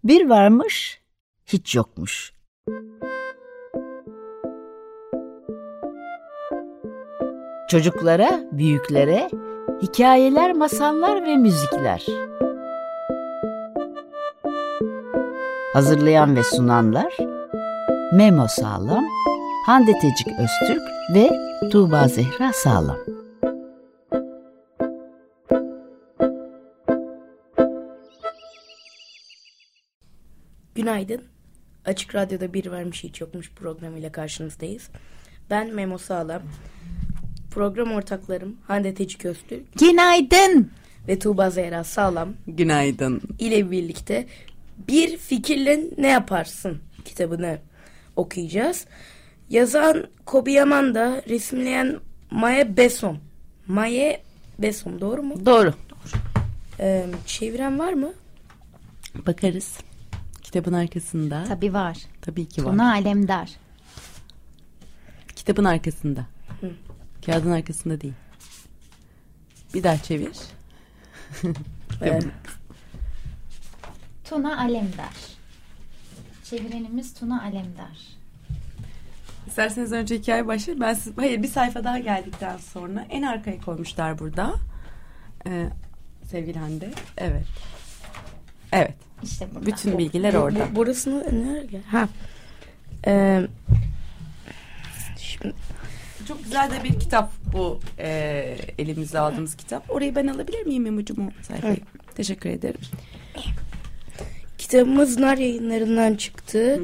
Bir varmış, hiç yokmuş. Çocuklara, büyüklere hikayeler, masallar ve müzikler. Hazırlayan ve sunanlar Memo Sağlam, Hande Tecik Öztürk ve Tuğba Zehra Sağlam. Günaydın. Açık Radyo'da Bir Varmış Hiç Yokmuş programıyla karşınızdayız. Ben Memo Sağlam. Program ortaklarım Hande Tecik Öztürk. Günaydın. Ve Tuğba Zehra Sağlam. Günaydın. İle birlikte Bir Fikirle Ne Yaparsın kitabını okuyacağız. Yazan Kobi da resimleyen Maye Besom. Maye Besom, doğru mu? Doğru. Çeviren var mı? Bakarız. Kitabın arkasında. Tabii var. Tabii ki var. Tuna Alemdar. Kitabın arkasında. Hı. Kağıdın arkasında değil. Bir daha çevir. Tuna Alemdar. Çevirenimiz Tuna Alemdar. İsterseniz önce hikaye başlayayım. Hayır, bir sayfa daha geldikten sonra en arkaya koymuşlar burada. Sevgili Hande. Evet. Evet. İşte burada. Bütün bilgiler orada. Burası nereye? Ha. Şimdi Çok güzel de bir kitap bu, elimize aldığımız kitap. Orayı ben alabilir miyim Memo'cum, o sayfayı? Evet. Teşekkür ederim. Kitabımız Nar Yayınları'ndan çıktı.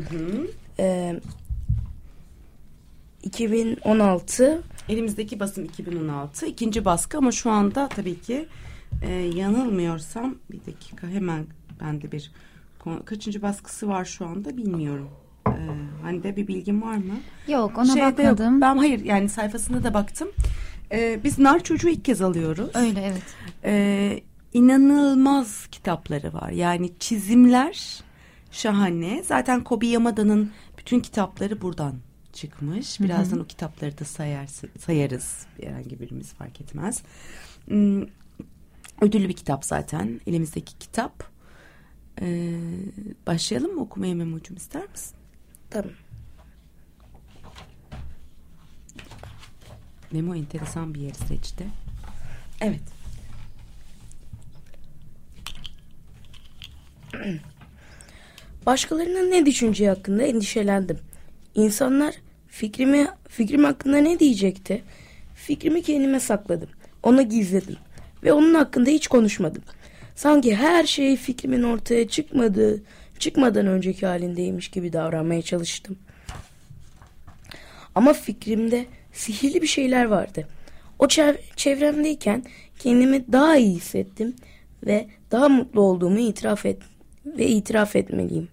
2016. Elimizdeki basım 2016. İkinci baskı ama şu anda tabii ki yanılmıyorsam, bir dakika hemen bende kaçıncı baskısı var şu anda bilmiyorum. Hani de bir bilgin var mı? Yok, ona bakmadım. Yok. Ben hayır, yani sayfasına da baktım. Biz Nar Çocuğu ilk kez alıyoruz. Öyle, evet. İnanılmaz kitapları var. Yani çizimler şahane. Zaten Kobi Yamada'nın bütün kitapları buradan çıkmış. Birazdan o kitapları da sayarız. Herhangi birimiz fark etmez. Ödüllü bir kitap zaten. Elimizdeki kitap. Başlayalım mı okumaya Memo'cum, ister misin? Tamam. Memo enteresan bir yeri seçti. Evet. Başkalarının ne düşüneceği hakkında endişelendim. İnsanlar fikrim hakkında ne diyecekti? Fikrimi kendime sakladım. Onu gizledim. Ve onun hakkında hiç konuşmadım. Sanki her şey fikrimin ortaya çıkmadan önceki halindeymiş gibi davranmaya çalıştım. Ama fikrimde sihirli bir şeyler vardı. O çevremdeyken kendimi daha iyi hissettim ve daha mutlu olduğumu itiraf etmeliyim.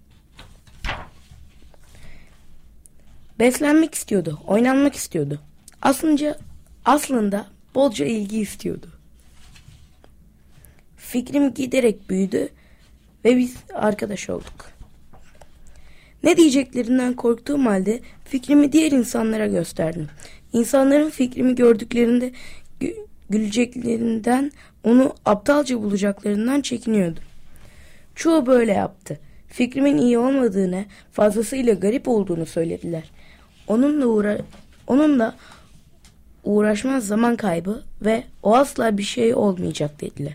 Beslenmek istiyordu, oynanmak istiyordu. Aslında bolca ilgi istiyordu. Fikrim giderek büyüdü ve biz arkadaş olduk. Ne diyeceklerinden korktuğum halde fikrimi diğer insanlara gösterdim. İnsanların fikrimi gördüklerinde güleceklerinden, onu aptalca bulacaklarından çekiniyordum. Çoğu böyle yaptı. Fikrimin iyi olmadığını, fazlasıyla garip olduğunu söylediler. Onunla uğraşmaz, zaman kaybı ve o asla bir şey olmayacak dediler.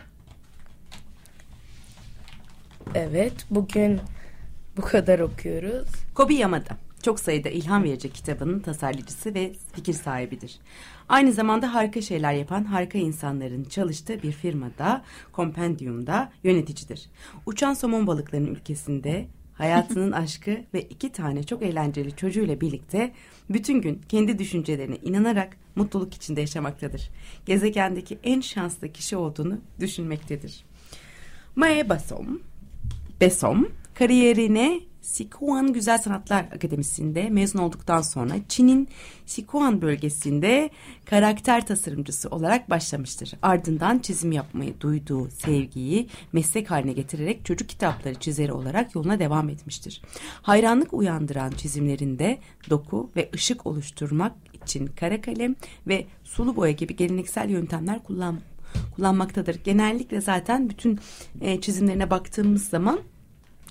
Evet, bugün bu kadar okuyoruz. Kobi Yamada çok sayıda ilham verecek kitabının tasarlayıcısı ve fikir sahibidir. Aynı zamanda harika şeyler yapan harika insanların çalıştığı bir firmada, Compendium'da yöneticidir. Uçan somon balıklarının ülkesinde hayatının aşkı ve 2 tane çok eğlenceli çocuğuyla birlikte bütün gün kendi düşüncelerine inanarak mutluluk içinde yaşamaktadır. Gezegendeki en şanslı kişi olduğunu düşünmektedir. Mae Besom kariyerine Sichuan Güzel Sanatlar Akademisi'nde mezun olduktan sonra Çin'in Sichuan bölgesinde karakter tasarımcısı olarak başlamıştır. Ardından çizim yapmayı duyduğu sevgiyi meslek haline getirerek çocuk kitapları çizeri olarak yoluna devam etmiştir. Hayranlık uyandıran çizimlerinde doku ve ışık oluşturmak için kara kalem ve sulu boya gibi geleneksel yöntemler kullanmaktadır. Genellikle zaten bütün çizimlerine baktığımız zaman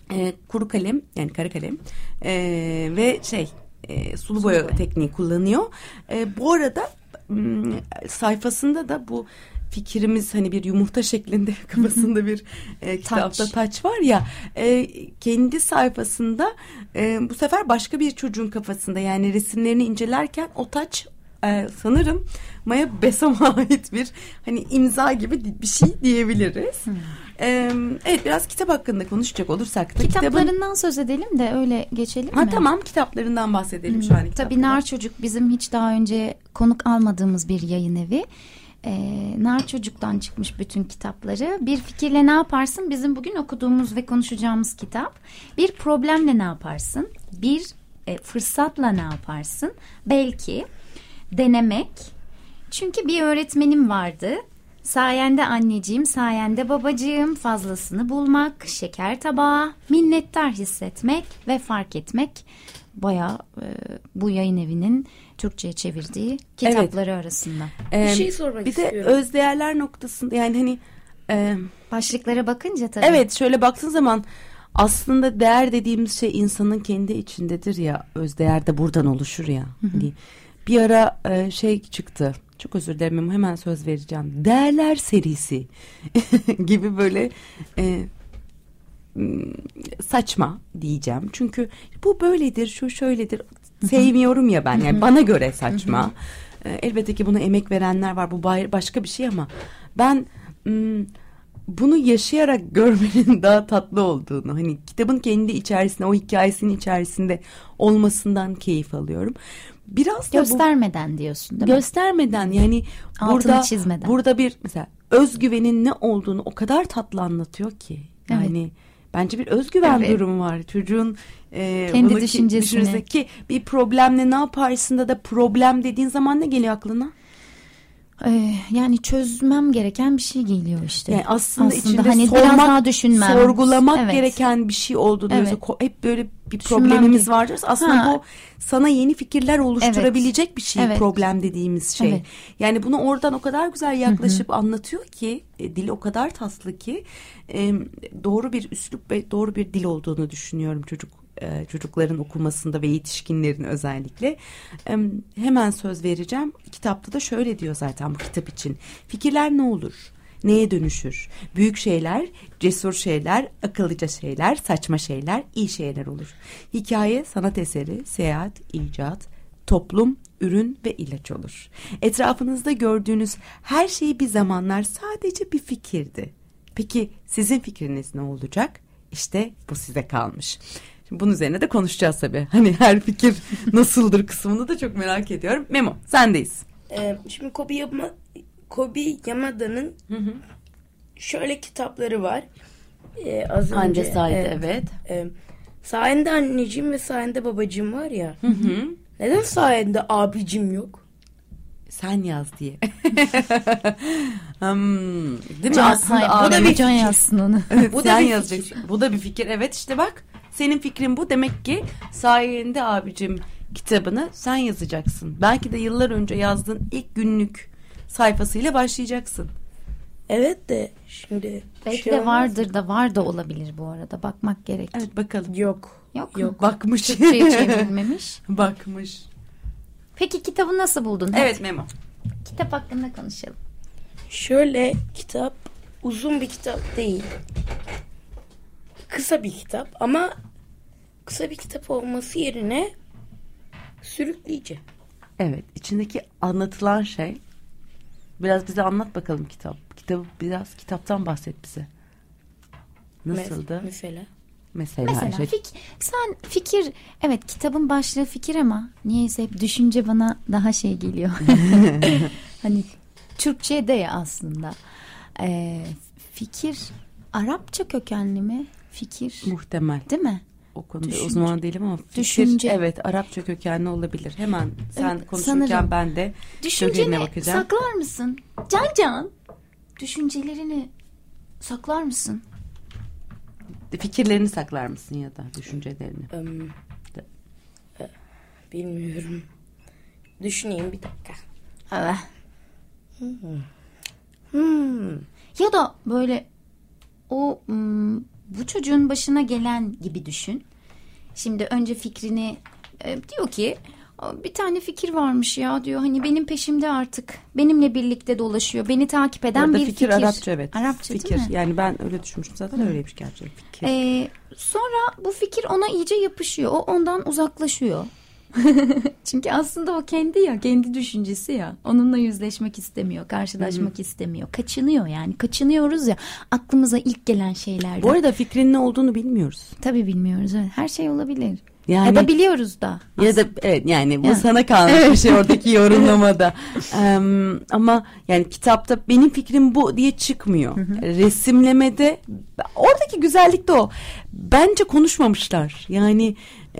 kuru kalem yani kara kalem ve sulu boya tekniği kullanıyor. Bu arada sayfasında da bu fikrimiz hani bir yumurta şeklinde kafasında bir kitapta taç var ya, kendi sayfasında bu sefer başka bir çocuğun kafasında, yani resimlerini incelerken o taç sanırım Maya Besam'a ait bir hani imza gibi bir şey diyebiliriz. Evet, biraz kitap hakkında konuşacak olursak da kitaplarından söz edelim de öyle geçelim mi? Tamam, kitaplarından bahsedelim şu an. Tabii Nar Çocuk bizim hiç daha önce konuk almadığımız bir yayın evi. Nar Çocuk'tan çıkmış bütün kitapları. Bir fikirle ne yaparsın? Bizim bugün okuduğumuz ve konuşacağımız kitap. Bir problemle ne yaparsın? Bir fırsatla ne yaparsın? Belki denemek. Çünkü bir öğretmenim vardı. Sayende anneciğim, sayende babacığım, fazlasını bulmak, şeker tabağı, minnettar hissetmek ve fark etmek. Bayağı bu yayın evinin Türkçe'ye çevirdiği kitapları arasında. Bir şey sormak istiyorum. Bir de özdeğerler noktasında, yani hani başlıklara bakınca tabii. Evet, şöyle baktığın zaman aslında değer dediğimiz şey insanın kendi içindedir ya. Özdeğer de buradan oluşur ya. Hani bir ara çıktı. Çok özür dilerim, hemen söz vereceğim. Değerler serisi gibi böyle saçma diyeceğim. Çünkü bu böyledir, şu şöyledir. Sevmiyorum ya ben. Yani bana göre saçma. Elbette ki buna emek verenler var. Bu başka bir şey ama ben bunu yaşayarak görmenin daha tatlı olduğunu, hani kitabın kendi içerisinde, o hikayesinin içerisinde olmasından keyif alıyorum. Biraz da göstermeden diyorsun, değil mi? Göstermeden, yani altını çizmeden. Burada bir mesela özgüvenin ne olduğunu o kadar tatlı anlatıyor ki. Yani bence bir özgüven durumu var. Çocuğun kendi düşüncesini. Ki bir problemle ne yaparsın da problem dediğin zaman ne geliyor aklına? Yani çözmem gereken bir şey geliyor işte. Yani aslında içinde hani biraz daha düşünmem, sorgulamak gereken bir şey olduğunu. Hep böyle bir problemimiz vardır. Aslında bu sana yeni fikirler oluşturabilecek bir şey, problem dediğimiz şey. Evet. Yani bunu oradan o kadar güzel yaklaşıp anlatıyor ki, dili o kadar tatlı ki, doğru bir üslup ve doğru bir dil olduğunu düşünüyorum çocukların okumasında ve yetişkinlerin özellikle. Hemen söz vereceğim. Kitapta da şöyle diyor zaten bu kitap için. Fikirler ne olur? Neye dönüşür? Büyük şeyler, cesur şeyler, akıllıca şeyler, saçma şeyler, iyi şeyler olur. Hikaye, sanat eseri, seyahat, icat, toplum, ürün ve ilaç olur. Etrafınızda gördüğünüz her şey bir zamanlar sadece bir fikirdi. Peki sizin fikriniz ne olacak? İşte bu size kalmış. Şimdi bunun üzerine de konuşacağız tabii. Hani her fikir nasıldır kısmını da çok merak ediyorum. Memo, sendeyiz. Şimdi Kobi Yamada'nın şöyle kitapları var. Az önce evet. Sayende anneciğim ve sayende babacığım var ya. Neden sayende abicim yok? Sen yaz diye. Değil mi? Aslında bu da bir can yazsın onu. Evet, bu sen yazacaksın. Bu da bir fikir. Evet, işte bak. Senin fikrin bu. Demek ki sayende abicim kitabını sen yazacaksın. Belki de yıllar önce yazdığın ilk günlük sayfasıyla başlayacaksın. Evet de şimdi belki de vardır da var da olabilir bu arada. Bakmak gerek. Evet, bakalım. Yok. Bakmış. Türkçe'ye çevrilmemiş. Bakmış. Peki kitabı nasıl buldun? Evet Memo. Kitap hakkında konuşalım. Şöyle, kitap uzun bir kitap değil. Kısa bir kitap ama kısa bir kitap olması yerine sürükleyici. Evet, içindeki anlatılan şey, biraz bize anlat bakalım kitabı biraz kitaptan bahset bize. Nasıldı? Mesela sen fikir, evet kitabın başlığı fikir ama niyeyse hep düşünce bana daha şey geliyor. Hani Türkçe'de ya aslında fikir Arapça kökenli mi? Fikir muhtemel. Değil mi? O konuda uzman değilim ama fikir, düşünce. Evet, Arapça kökenli olabilir. Hemen sen konuşurken sanırım. Ben de düşünceni bakacağım. Saklar mısın? Can düşüncelerini saklar mısın? Fikirlerini saklar mısın ya da düşüncelerini? Bilmiyorum. Düşüneyim bir dakika. Evet. Ya da böyle o bu çocuğun başına gelen gibi düşün. Şimdi önce fikrini diyor ki bir tane fikir varmış ya diyor. Hani benim peşimde artık. Benimle birlikte dolaşıyor. Beni takip eden bir fikir. Arapça, evet. Arapça fikir. değil mi? Yani ben öyle düşünmüştüm zaten, öyleymiş gerçekten fikir. Sonra bu fikir ona iyice yapışıyor. O ondan uzaklaşıyor. Çünkü aslında o kendi düşüncesi ya. Onunla yüzleşmek istemiyor, karşılaşmak istemiyor. Kaçınıyor yani. Kaçınıyoruz ya. Aklımıza ilk gelen şeyler. Bu arada fikrin ne olduğunu bilmiyoruz. Tabii bilmiyoruz. Evet. Her şey olabilir. Yani, ya da biliyoruz da. Ya da evet, yani bu sana kalmış bir şey oradaki yorumlamada. Ama yani kitapta benim fikrim bu diye çıkmıyor. Resimlemede oradaki güzellik de o. Bence konuşmamışlar. Yani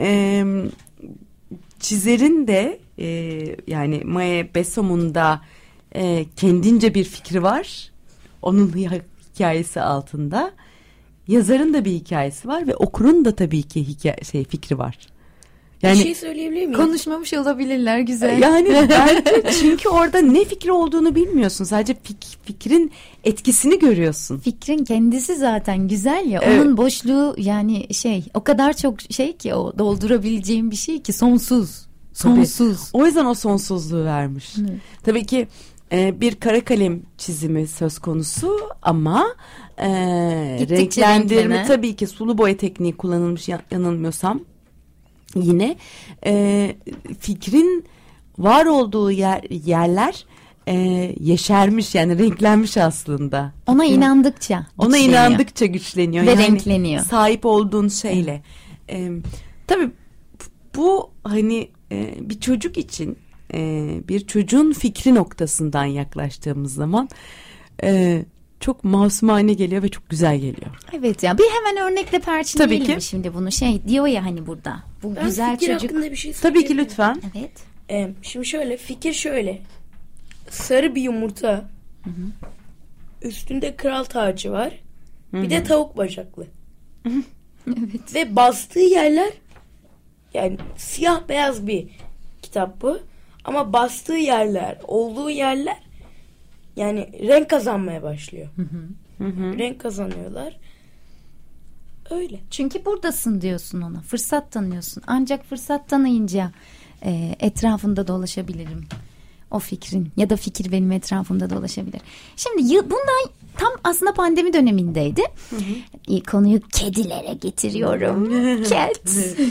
çizerin de yani Mae Besom'un da kendince bir fikri var. Onun hikayesi altında. Yazarın da bir hikayesi var ve okurun da tabii ki fikri var. Yani, bir şey söyleyebilir miyim? Konuşmamış olabilirler, güzel. Yani bence çünkü orada ne fikri olduğunu bilmiyorsun. Sadece fikrin etkisini görüyorsun. Fikrin kendisi zaten güzel ya. Evet. Onun boşluğu yani o kadar çok şey ki o doldurabileceğim bir şey ki sonsuz. Sonsuz. Tabii. O yüzden o sonsuzluğu vermiş. Tabii ki bir kara kalem çizimi söz konusu ama renklendirme tabii ki sulu boya tekniği kullanılmış yanılmıyorsam. Yine fikrin var olduğu yerler yeşermiş, yani renklenmiş aslında. Ona inandıkça güçleniyor. Ve yani renkleniyor. Sahip olduğun şeyle. Tabii bu hani bir çocuk için bir çocuğun fikri noktasından yaklaştığımız zaman çok masumane geliyor ve çok güzel geliyor. Evet ya, bir hemen örnekle perçinleyelim mi şimdi bunu? Diyor ya hani burada. Bu ben güzel fikir çocuk. Hakkında bir şey tabii ki lütfen. Evet. Şimdi fikir şöyle. Sarı bir yumurta. Üstünde kral tacı var. Bir de tavuk bacaklı. Evet. Ve bastığı yerler, yani siyah beyaz bir kitap bu. Ama bastığı yerler, olduğu yerler yani renk kazanmaya başlıyor. Renk kazanıyorlar. Öyle. Çünkü buradasın diyorsun ona. Fırsat tanıyorsun. Ancak fırsat tanıyınca etrafında dolaşabilirim. O fikrin ya da fikir benim etrafımda dolaşabilir. Şimdi bundan tam aslında pandemi dönemindeydi. Konuyu kedilere getiriyorum. Cat.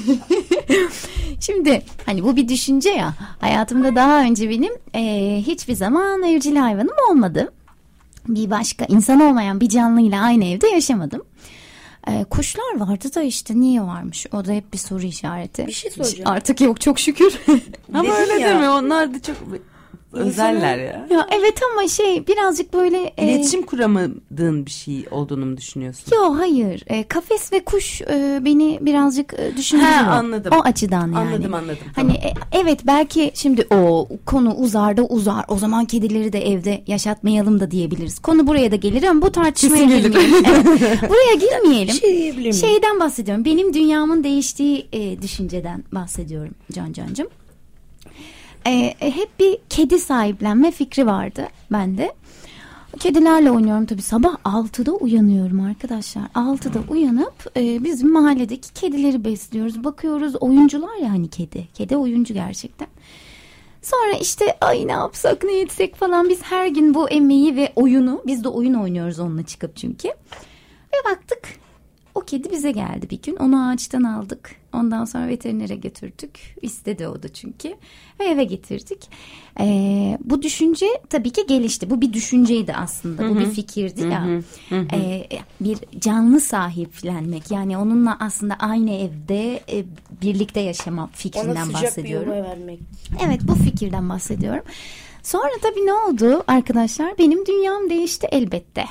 Şimdi hani bu bir düşünce ya. Hayatımda daha önce benim hiçbir zaman evcil hayvanım olmadı. Bir başka insan olmayan bir canlıyla aynı evde yaşamadım. Kuşlar vardı da işte niye varmış? O da hep bir soru işareti. Bir şey soracağım. Artık yok çok şükür. Ama öyle deme, onlar da çok özeller ya. Ya evet ama birazcık böyle İletişim kuramadığın bir şey olduğunu mu düşünüyorsun? Yok hayır. Kafes ve kuş beni birazcık düşündürüyor. Anladım. O açıdan yani. Anladım. Hani evet belki şimdi o konu uzar. O zaman kedileri de evde yaşatmayalım da diyebiliriz. Konu buraya da gelir ama bu tartışmaya girmeyelim. Evet. Buraya girmeyelim. Bir şey diyebilir miyim? Şeyden bahsediyorum. Benim dünyamın değiştiği düşünceden bahsediyorum Cancığım. Hep bir kedi sahiplenme fikri vardı bende. Kedilerle oynuyorum tabii. Sabah 6'da uyanıyorum arkadaşlar. 6'da uyanıp bizim mahalledeki kedileri besliyoruz. Bakıyoruz, oyuncular ya hani kedi. Kedi oyuncu gerçekten. Sonra işte ne yapsak ne etsek falan, biz her gün bu emeği ve oyunu, biz de oyun oynuyoruz onunla çıkıp çünkü. Ve baktık o kedi bize geldi bir gün. Onu ağaçtan aldık. Ondan sonra veterinere götürdük. İstedi o da çünkü. Ve eve getirdik. Bu düşünce tabii ki gelişti. Bu bir düşünceydi aslında. Bu bir fikirdi ya. Bir canlı sahiplenmek. Yani onunla aslında aynı evde birlikte yaşama fikrinden bahsediyorum. Ona sıcak bir yuva vermek. Evet, bu fikirden bahsediyorum. Sonra tabii ne oldu arkadaşlar? Benim dünyam değişti elbette.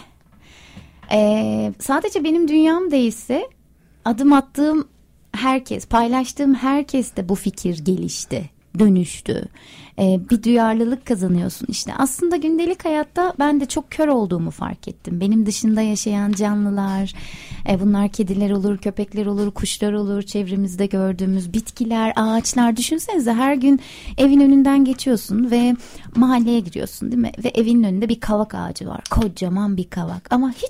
Sadece benim dünyam değilse adım attığım herkes, paylaştığım herkes de bu fikir gelişti, dönüştü. Bir duyarlılık kazanıyorsun işte. Aslında gündelik hayatta ben de çok kör olduğumu fark ettim. Benim dışında yaşayan canlılar, bunlar kediler olur, köpekler olur, kuşlar olur, çevremizde gördüğümüz bitkiler, ağaçlar. Düşünsenize, her gün evin önünden geçiyorsun ve mahalleye giriyorsun değil mi? Ve evinin önünde bir kavak ağacı var. Kocaman bir kavak ama hiç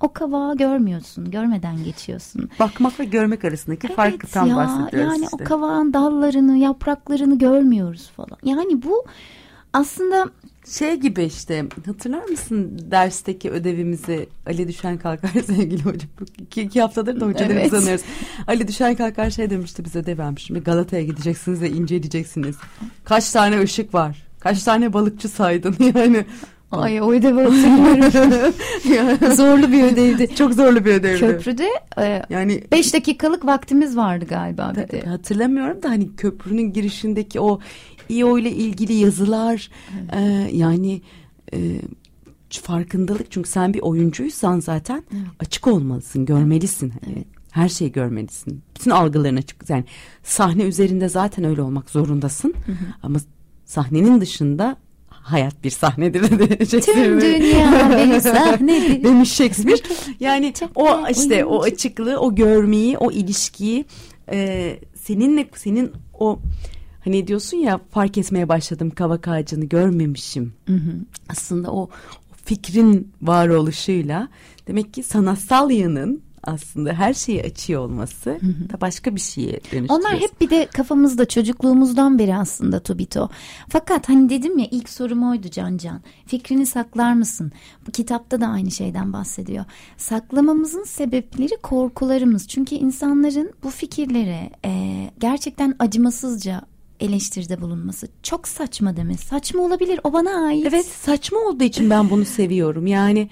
o kavağı görmüyorsun. Görmeden geçiyorsun. Bakmak ve görmek arasındaki farktan bahsediyoruz yani işte. o kavağın dallarını, yapraklarını görmüyoruz falan. Yani bu aslında şey gibi işte, hatırlar mısın dersteki ödevimizi Ali Düşen Kalkar sevgili hocam. İki haftadır da hocalarımızı anıyoruz. Ali Düşen Kalkar şey demişti, bize ödev vermiş. Şimdi Galata'ya gideceksiniz ve inceleyeceksiniz. Kaç tane ışık var? Kaç tane balıkçı saydın yani. Ay o ödevi hatırlıyorum. Zorlu bir ödevdi. Çok zorlu bir ödevdi. Köprüde yani 5 dakikalık vaktimiz vardı galiba bir de. Hatırlamıyorum da hani köprünün girişindeki o İO ile ilgili yazılar, yani farkındalık, çünkü sen bir oyuncuysan zaten açık olmalısın, görmelisin. Evet. Her şeyi görmelisin. Bütün algıların açık. Yani sahne üzerinde zaten öyle olmak zorundasın. Ama sahnenin dışında hayat bir sahnedir. Tüm dünya bir sahnedir demiş Shakespeare. Yani o işte o açıklığı, o görmeyi, o ilişkiyi, senin o hani diyorsun ya, fark etmeye başladım kavak ağacını görmemişim. Aslında o fikrin varoluşuyla demek ki sanatsal yanın aslında her şeyi açıyor olması da başka bir şeye dönüştürüyor. Onlar hep bir de kafamızda, çocukluğumuzdan beri aslında Tobito. Fakat hani dedim ya, ilk sorum oydu Can. Fikrini saklar mısın? Bu kitapta da aynı şeyden bahsediyor. Saklamamızın sebepleri korkularımız. Çünkü insanların bu fikirlere gerçekten acımasızca eleştiride bulunması çok saçma demesi. Saçma olabilir, o bana ait. Evet, saçma olduğu için ben bunu seviyorum. Yani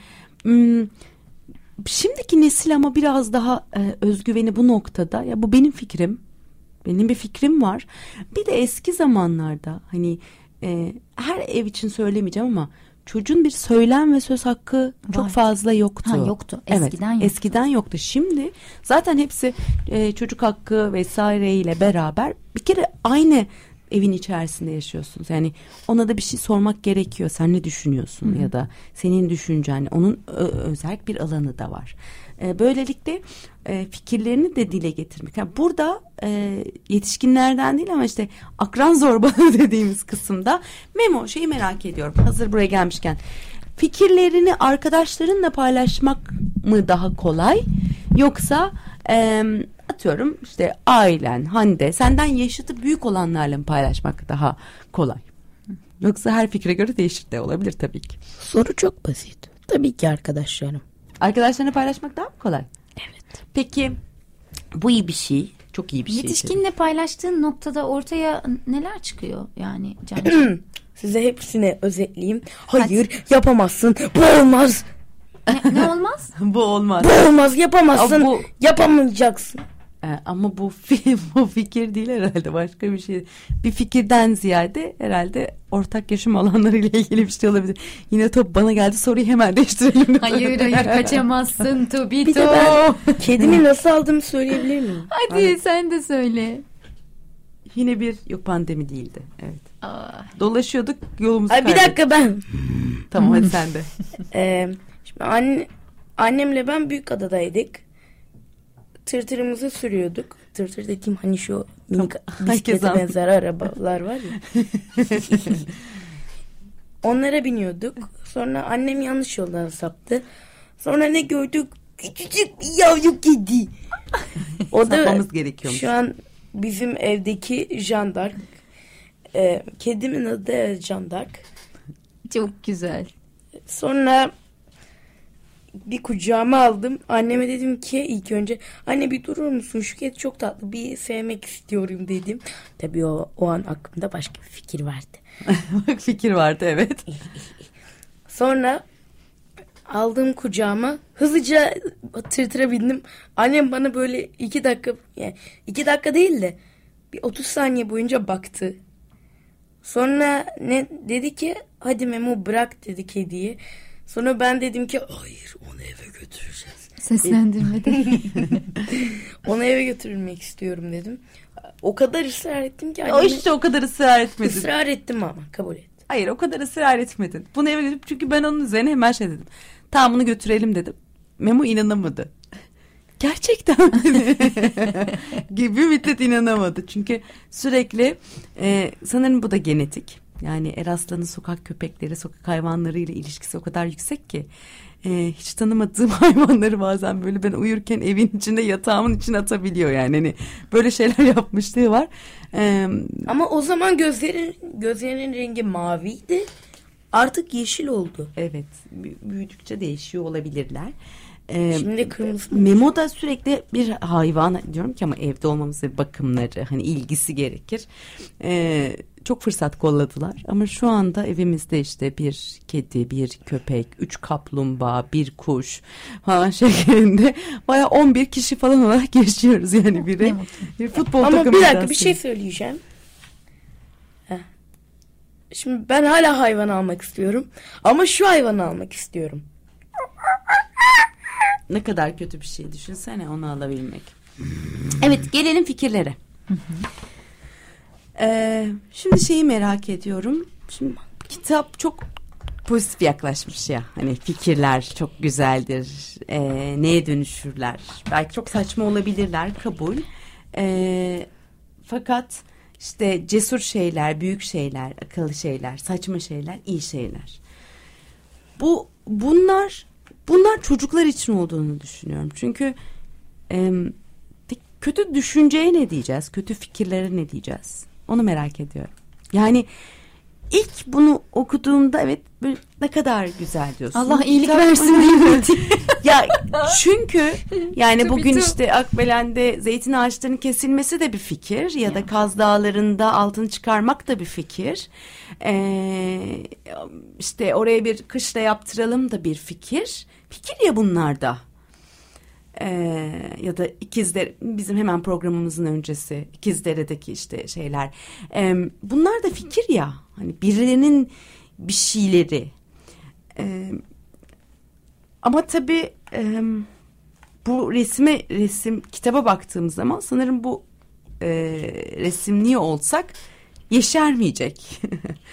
şimdiki nesil ama biraz daha özgüveni bu noktada. Ya bu benim fikrim. Benim bir fikrim var. Bir de eski zamanlarda hani her ev için söylemeyeceğim ama çocuğun bir söylem ve söz hakkı çok fazla yoktu. Yoktu. Eskiden yoktu. Eskiden yoktu. Şimdi zaten hepsi çocuk hakkı vesaireyle beraber bir kere aynı evin içerisinde yaşıyorsunuz. Yani ona da bir şey sormak gerekiyor. Sen ne düşünüyorsun? Ya da senin düşüncen, onun özel bir alanı da var. Böylelikle fikirlerini de dile getirmek. Yani burada yetişkinlerden değil ama işte akran zorbalığı dediğimiz kısımda Memo, şeyi merak ediyorum. Hazır buraya gelmişken, fikirlerini arkadaşlarınla paylaşmak mı daha kolay, yoksa atıyorum işte ailen, Hande, senden yaşıtı büyük olanlarla mı paylaşmak daha kolay? Yoksa her fikre göre değişir de olabilir tabii ki. Soru çok basit. Tabii ki arkadaşlarım. Arkadaşlarına paylaşmak daha mı kolay? Evet. Peki bu iyi bir şey. Çok iyi bir şey. Yetişkinle paylaştığın noktada ortaya neler çıkıyor yani Can'cığım? Size hepsini özetleyeyim. Hayır, yapamazsın. Bu olmaz. Ne olmaz? Bu olmaz. Bu olmaz, yapamazsın. Yapamayacaksın. Ama bu fikir değil herhalde, başka bir şey. Bir fikirden ziyade herhalde ortak yaşam alanlarıyla ilgili bir şey olabilir. Yine top bana geldi, soruyu hemen değiştirelim. Hayır kaçamazsın Tobito. Bir de ben kedimi nasıl aldığımı söyleyebilir miyim? Hadi sen de söyle. Yine yok, pandemi değildi. Evet. Dolaşıyorduk, yolumuzu Bir dakika ben. Tamam hadi sen de. Şimdi annemle ben Büyükada'daydık. Tırtırımızı sürüyorduk. Tırtır dediğim hani şu minik bisiklete benzer arabalar var ya. Onlara biniyorduk. Sonra annem yanlış yoldan saptı. Sonra ne gördük? Küçücük bir yavru kedi. O da gerekiyormuş. Şu an bizim evdeki Jeanne d'Arc. Kedimin adı Jeanne d'Arc. Çok güzel. Sonra bir kucağıma aldım. Anneme dedim ki ilk önce, anne bir durur musun? Şu kedi çok tatlı. Bir sevmek istiyorum dedim. Tabii o an aklımda başka bir fikir vardı. Bak, fikir vardı, evet. Sonra aldım kucağıma. Hızlıca tırtıra bindim. Annem bana böyle 2 dakika, yani 2 dakika değil de bir 30 saniye boyunca baktı. Sonra ne dedi ki, hadi Memo bırak dedi kediyi. Sonra ben dedim ki hayır, onu eve götüreceğiz. Seslendirmede. Onu eve götürülmek istiyorum dedim. O kadar ısrar ettim ki. O kadar ısrar etmedin. Israr ettim ama kabul et. Hayır, o kadar ısrar etmedin. Bunu eve götürüp, çünkü ben onun üzerine hemen şey dedim. Tamam, bunu götürelim dedim. Memo inanamadı. Gerçekten gibi müddet inanamadı. Çünkü sürekli sanırım bu da genetik. Yani Eraslan'ın sokak köpekleri, sokak hayvanları ile ilişkisi o kadar yüksek ki hiç tanımadığım hayvanları bazen böyle ben uyurken evin içinde yatağımın içine atabiliyor yani. Hani böyle şeyler yapmışlığı var. Ama o zaman gözlerinin rengi maviydi. Artık yeşil oldu. Evet, büyüdükçe değişiyor olabilirler. Şimdi kırmızı. Memo da sürekli bir hayvan diyorum ki ama evde olmamız ve bakımları hani ilgisi gerekir. Çok fırsat kolladılar ama şu anda evimizde işte bir kedi, bir köpek, 3 kaplumbağa, bir kuş falan şeklinde bayağı 11 kişi falan olarak yaşıyoruz yani bir futbol takımı. Ama bir dakika bir şey söyleyeceğim. Şimdi ben hala hayvan almak istiyorum ama şu hayvanı almak istiyorum. Ne kadar kötü bir şey düşünsene onu alabilmek. Evet gelelim fikirlere. Şimdi şeyi merak ediyorum. Şimdi kitap çok pozitif yaklaşmış ya. Hani fikirler çok güzeldir. Neye dönüşürler? Belki çok saçma olabilirler. Kabul. Fakat işte cesur şeyler, büyük şeyler, akıllı şeyler, saçma şeyler, iyi şeyler. Bunlar çocuklar için olduğunu düşünüyorum. Çünkü kötü düşünceye ne diyeceğiz? Kötü fikirlere ne diyeceğiz? Onu merak ediyorum. Yani ilk bunu okuduğumda evet ne kadar güzel diyorsun. Allah iyilik versin değil mi? Ya çünkü yani bugün işte Akbelen'de zeytin ağaçlarının kesilmesi de bir fikir ya da Kaz Dağları'nda altın çıkarmak da bir fikir. İşte oraya bir kışla yaptıralım da bir fikir. Fikir ya bunlar da. Ya da İkizdere bizim hemen programımızın öncesi İkizdere'deki işte şeyler. Bunlar da fikir ya. Hani birilerinin bir şeyleri. Ama tabii bu kitaba baktığımız zaman sanırım bu resimliyor olsak yeşermeyecek.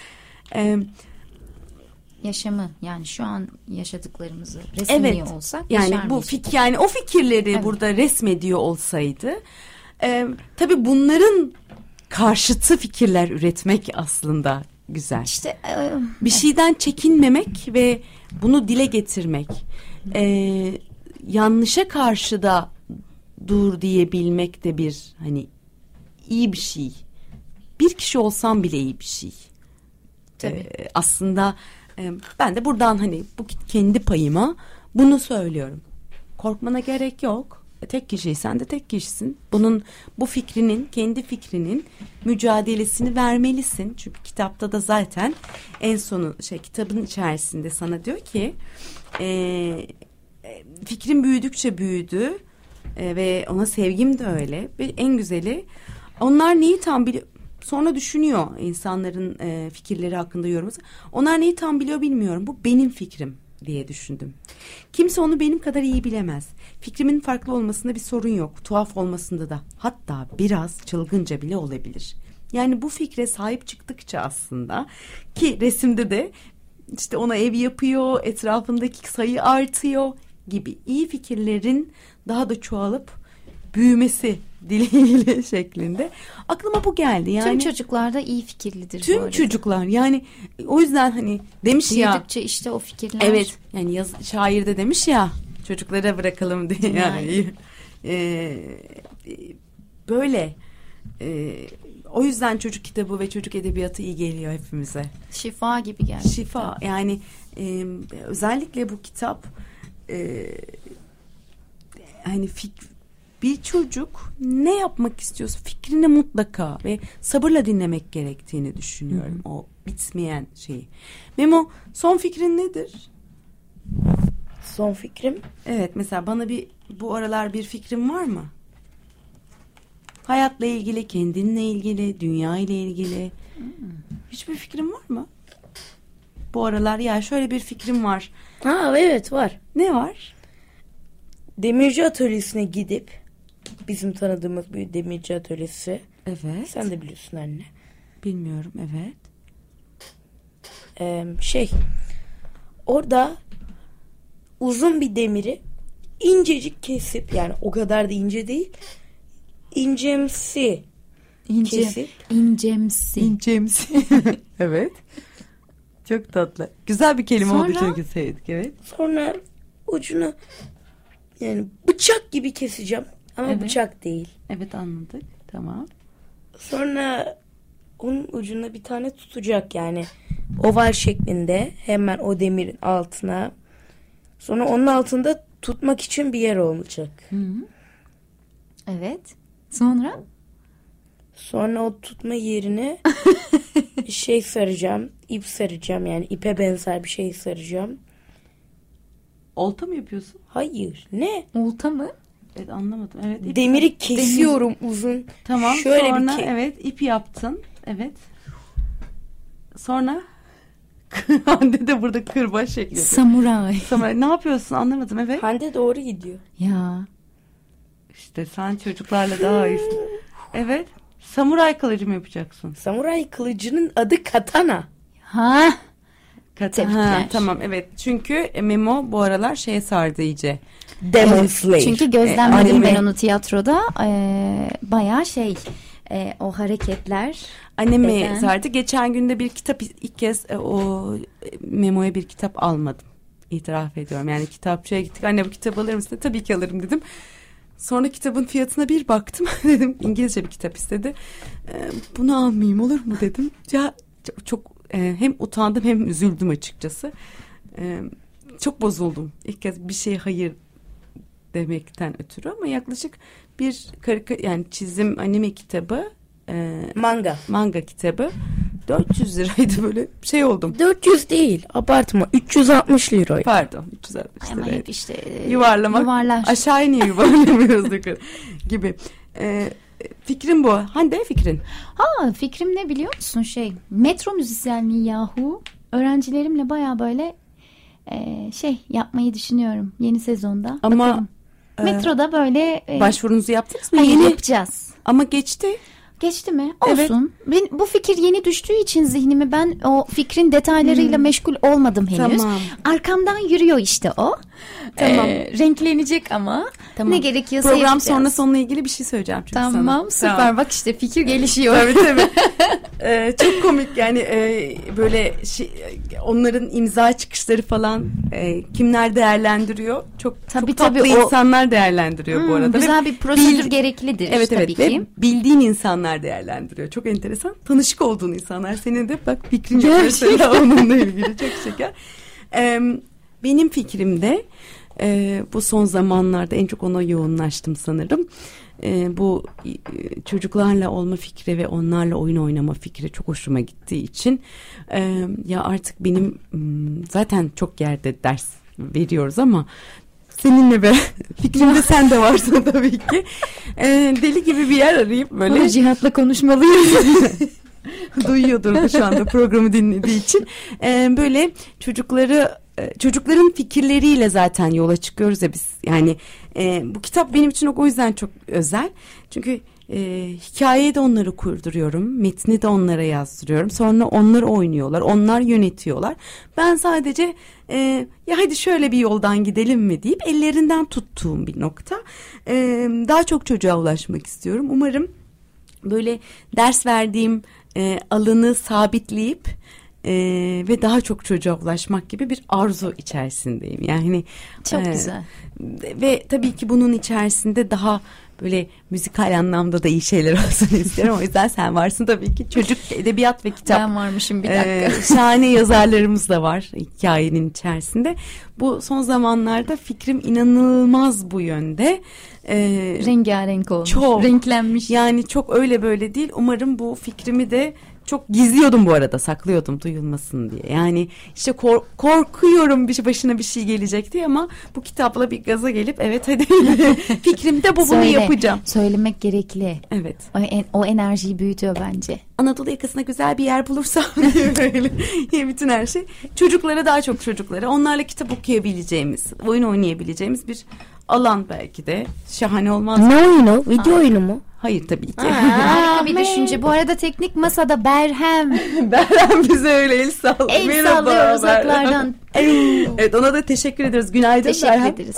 Yaşamı yani şu an yaşadıklarımızı resimliyor olsak yani bu yani o fikirleri burada resmediyor olsaydı tabii bunların karşıtı fikirler üretmek aslında güzel. İşte bir şeyden çekinmemek ve bunu dile getirmek. Yanlışa karşı da dur diyebilmek de bir hani iyi bir şey. Bir kişi olsam bile iyi bir şey. Aslında ben de buradan hani bu kendi payıma bunu söylüyorum. Korkmana gerek yok. Tek kişiysen de tek kişisin. Bu fikrinin, kendi fikrinin mücadelesini vermelisin. Çünkü kitapta da zaten en sonu kitabın içerisinde sana diyor ki fikrin büyüdükçe büyüdü ve ona sevgim de öyle. Ve en güzeli onlar neyi tam biliyor. Sonra düşünüyor insanların fikirleri hakkında yorumu. Onlar neyi tam biliyor bilmiyorum. Bu benim fikrim diye düşündüm. Kimse onu benim kadar iyi bilemez. Fikrimin farklı olmasında bir sorun yok. Tuhaf olmasında da. Hatta biraz çılgınca bile olabilir. Yani bu fikre sahip çıktıkça aslında ki resimde de işte ona ev yapıyor, etrafındaki sayı artıyor gibi iyi fikirlerin daha da çoğalıp büyümesi dileğiyle şeklinde. Aklıma bu geldi. Yani tüm çocuklar da iyi fikirlidir. Tüm çocuklar yani o yüzden hani demiş ya. Büyüdükçe işte o fikirler. Evet yani şair de demiş ya çocuklara bırakalım diye. Yani. Böyle o yüzden çocuk kitabı ve çocuk edebiyatı iyi geliyor hepimize. Şifa gibi geldi. Şifa yani özellikle bu kitap hani bir çocuk ne yapmak istiyorsa fikrini mutlaka ve sabırla dinlemek gerektiğini düşünüyorum. O bitmeyen şeyi. Memo son fikrin nedir? Son fikrim? Evet mesela bana bu aralar bir fikrin var mı? Hayatla ilgili, kendinle ilgili, dünya ile ilgili. Hiçbir fikrin var mı? Bu aralar ya şöyle bir fikrim var. Evet var. Ne var? Demirci atölyesine gidip bizim tanıdığımız bir demirci atölyesi. Evet. Sen de biliyorsun anne. Bilmiyorum evet. Orada uzun bir demiri incecik kesip yani o kadar da ince değil incemsi kesip incemsi. Evet. Çok tatlı. Güzel bir kelime Sonra? oldu çünkü sevdik evet. Sonra ucunu yani bıçak gibi keseceğim. Ama Evet. bıçak değil. Evet, anladık. Tamam. Sonra onun ucunda bir tane tutacak yani. Oval şeklinde hemen o demirin altına. Sonra onun altında tutmak için bir yer olacak. Evet. Sonra? Sonra o tutma yerine şey saracağım. İp saracağım yani ipe benzer bir şey saracağım. Olta mı yapıyorsun? Hayır. Ne? Olta mı? Evet, anlamadım. Evet. ip- Demiri kesiyorum uzun. Tamam. Şöyle sonra bir evet, ip yaptın. Evet. Sonra Hande de burada kırbaç şekli. Samuray. Samuray, ne yapıyorsun? Anlamadım. Evet. Hande doğru gidiyor. Ya. İşte sen çocuklarla daha iyisin. Evet. Samuray kılıcı mı yapacaksın? Samuray kılıcının adı katana. Ha. Ha, tamam, evet. Çünkü Memo bu aralar şeye sardı iyice. Demon Slayer. Çünkü gözlemledim anime. ben onu tiyatroda. Bayağı o hareketler. Anneme Beden. sardı. Geçen günde bir kitap ilk kez o Memo'ya bir kitap almadım. İtiraf ediyorum. Yani kitapçıya gittik. Anne bu kitabı alır mısın? Tabii ki alırım dedim. Sonra kitabın fiyatına bir baktım. Dedim İngilizce bir kitap istedi. Bunu almayayım olur mu dedim. Ya çok hem utandım hem üzüldüm açıkçası. Çok bozuldum. İlk kez bir şeye hayır demekten ötürü ama yaklaşık bir yani çizim anime kitabı, manga kitabı 400 liraydı, böyle şey oldum. 400 değil, abartma, 360 lira. Pardon, 360 Ama liraydı. hep işte Yuvarlar. Aşağıya niye yuvarlamıyoruz gibi. Fikrim bu. Hande, fikrin? Fikrim ne biliyor musun? Metro müzisyenliği yahu. Öğrencilerimle baya böyle yapmayı düşünüyorum yeni sezonda. Ama bakalım. Metroda böyle başvurunuzu yaptınız mı? Hayır, yapacağız. Ama geçti. Geçti mi? Olsun. Evet. Bu fikir yeni düştüğü için zihnimi, ben o fikrin detaylarıyla meşgul olmadım henüz. Tamam. Arkamdan yürüyor işte o. Tamam. Renklenecek ama. Tamam. Ne gerekiyorsa program yapacağız. sonrası onunla ilgili bir şey söyleyeceğim çünkü sana. Tamam, süper. Tamam. Bak işte fikir gelişiyor. Tabii. Çok komik yani, böyle onların imza çıkışları falan kimler değerlendiriyor? Çok tatlı insanlar değerlendiriyor bu arada. Güzel bir prosedür gereklidir tabii ki. Ve bildiğin insanlar değerlendiriyor. Çok enteresan. Tanışık olduğun insanlar. Senin de bak fikrin yok mesela onunla ilgili. Çok şeker. Benim fikrimde bu son zamanlarda en çok ona yoğunlaştım sanırım. Bu çocuklarla olma fikri ve onlarla oyun oynama fikri çok hoşuma gittiği için ya artık benim zaten çok yerde ders veriyoruz ama seninle be fikrimde sen de varsın tabii ki. Deli gibi bir yer arayıp böyle Cihat'la konuşmalıyız. duyuyordur şu anda programı dinlediği için. Böyle çocukların fikirleriyle zaten yola çıkıyoruz ya biz. Yani bu kitap benim için o yüzden çok özel. Çünkü hikayeyi de onları kurduruyorum. Metni de onlara yazdırıyorum. Sonra onlar oynuyorlar. Onlar yönetiyorlar. Ben sadece ya hadi şöyle bir yoldan gidelim mi deyip ellerinden tuttuğum bir nokta. Daha çok çocuğa ulaşmak istiyorum. Umarım böyle ders verdiğim alanı sabitleyip ve daha çok çocuğa ulaşmak gibi bir arzu içerisindeyim. Yani çok güzel. Ve tabii ki bunun içerisinde daha böyle müzikal anlamda da iyi şeyler olsun isterim. O yüzden sen varsın tabii ki. Çocuk edebiyat ve kitap. Ben varmışım, bir dakika. Şahane yazarlarımız da var hikayenin içerisinde. Bu son zamanlarda fikrim inanılmaz bu yönde. Rengarenk olmuş. Çok. Renklenmiş. Yani çok öyle böyle değil. Umarım bu fikrimi de çok gizliyordum bu arada, saklıyordum duyulmasın diye. Yani işte korkuyorum başına bir şey gelecek diye ama bu kitapla bir gaza gelip evet hadi fikrimde bunu yapacağım. Söylemek gerekli. Evet. O enerjiyi büyütüyor bence. Anadolu yakasına güzel bir yer bulursam böyle bütün her şey. Daha çok çocuklara onlarla kitap okuyabileceğimiz, oyun oynayabileceğimiz bir alan belki de. Şahane olmaz mı? Ne oyunu? Video oyunu mu? Hayır tabii ki. Harika bir düşünce. Bu arada teknik masada Berhem. Berhem bize öyle el sallıyor. El sallıyor uzaklardan. Evet, ona da teşekkür ediyoruz. Günaydın Teşekkür ederiz.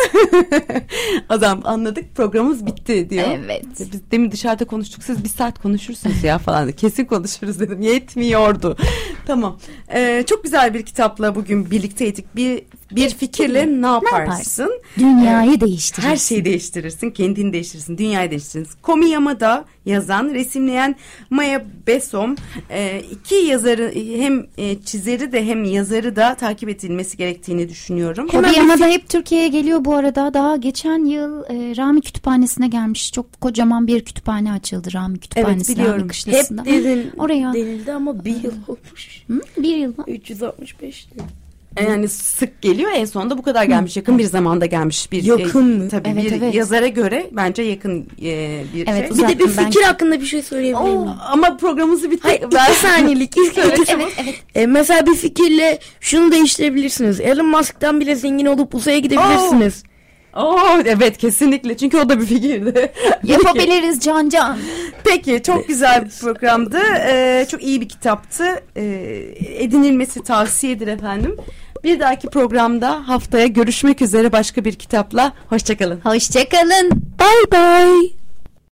Adam anladık, programımız bitti diyor. Evet. Biz demin dışarıda konuştuk, siz bir saat konuşursunuz ya falan. Kesin konuşuruz dedim. Yetmiyordu. Tamam. Çok güzel bir kitapla bugün birlikteydik. Bir Bir fikirle ne yaparsın? Dünyayı değiştirirsin. Her şeyi değiştirirsin, kendini değiştirirsin, dünyayı değiştirirsin. Komiyama'da yazan, resimleyen Maya Besom, iki yazarı hem çizeri de hem yazarı da takip edilmesi gerektiğini düşünüyorum. Komiyama da hep Türkiye'ye geliyor bu arada. Daha geçen yıl Rami Kütüphanesi'ne gelmiş. Çok kocaman bir kütüphane açıldı Rami Kütüphanesi. Evet, biliyorum. Kışlasında. Hep oraya denildi ama bir yıl olmuş. Bir yıl mı? 365'ti. Yani sık geliyor, en sonunda bu kadar gelmiş, yakın bir zamanda gelmiş bir yakın mı? Tabii Evet, bir yazara göre bence yakın bir Evet, şey. Bir de bir fikir belki. hakkında bir şey söyleyebilir miyim? Ama programımız bitti. Hayır, 2 saniyelik. Evet. Mesela bir fikirle şunu değiştirebilirsiniz. Elon Musk'tan bile zengin olup uzaya gidebilirsiniz. Evet, kesinlikle, çünkü o da bir fikirdi. Yapabiliriz Can. Peki, çok güzel bir programdı. Çok iyi bir kitaptı. Edinilmesi tavsiyedir efendim. Bir dahaki programda haftaya görüşmek üzere başka bir kitapla. Hoşçakalın. Hoşçakalın. Bye bye.